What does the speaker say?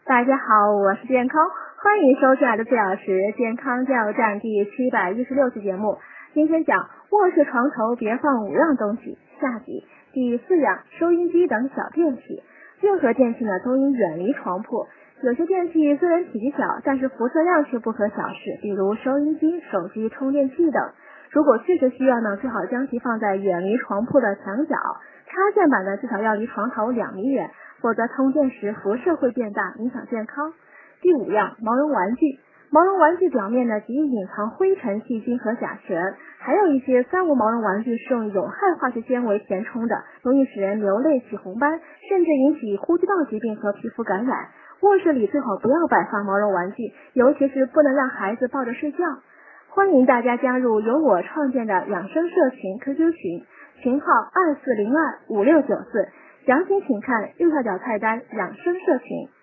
大家好，我是健康，欢迎收听24小时健康加油站第716期节目。今天讲卧室床头别放5样东西，下集第4样收音机等小电器。任何电器呢都应远离床铺，有些电器虽然体积小，但是辐射量却不可小视，比如收音机、手机充电器等。如果确实需要呢，最好将其放在远离床铺的墙角，插线板呢至少要离床头2米远，否则通电时辐射会变大，影响健康。第5样毛绒玩具。毛绒玩具表面呢极易隐藏灰尘、细菌和甲醛，还有一些三无毛绒玩具是用有害化学纤维填充的，容易使人流泪起红斑，甚至引起呼吸道疾病和皮肤感染。卧室里最好不要摆放毛绒玩具，尤其是不能让孩子抱着睡觉。欢迎大家加入由我创建的养生社群 QQ 群，群号24025694，详情请看右下角菜单养生社群。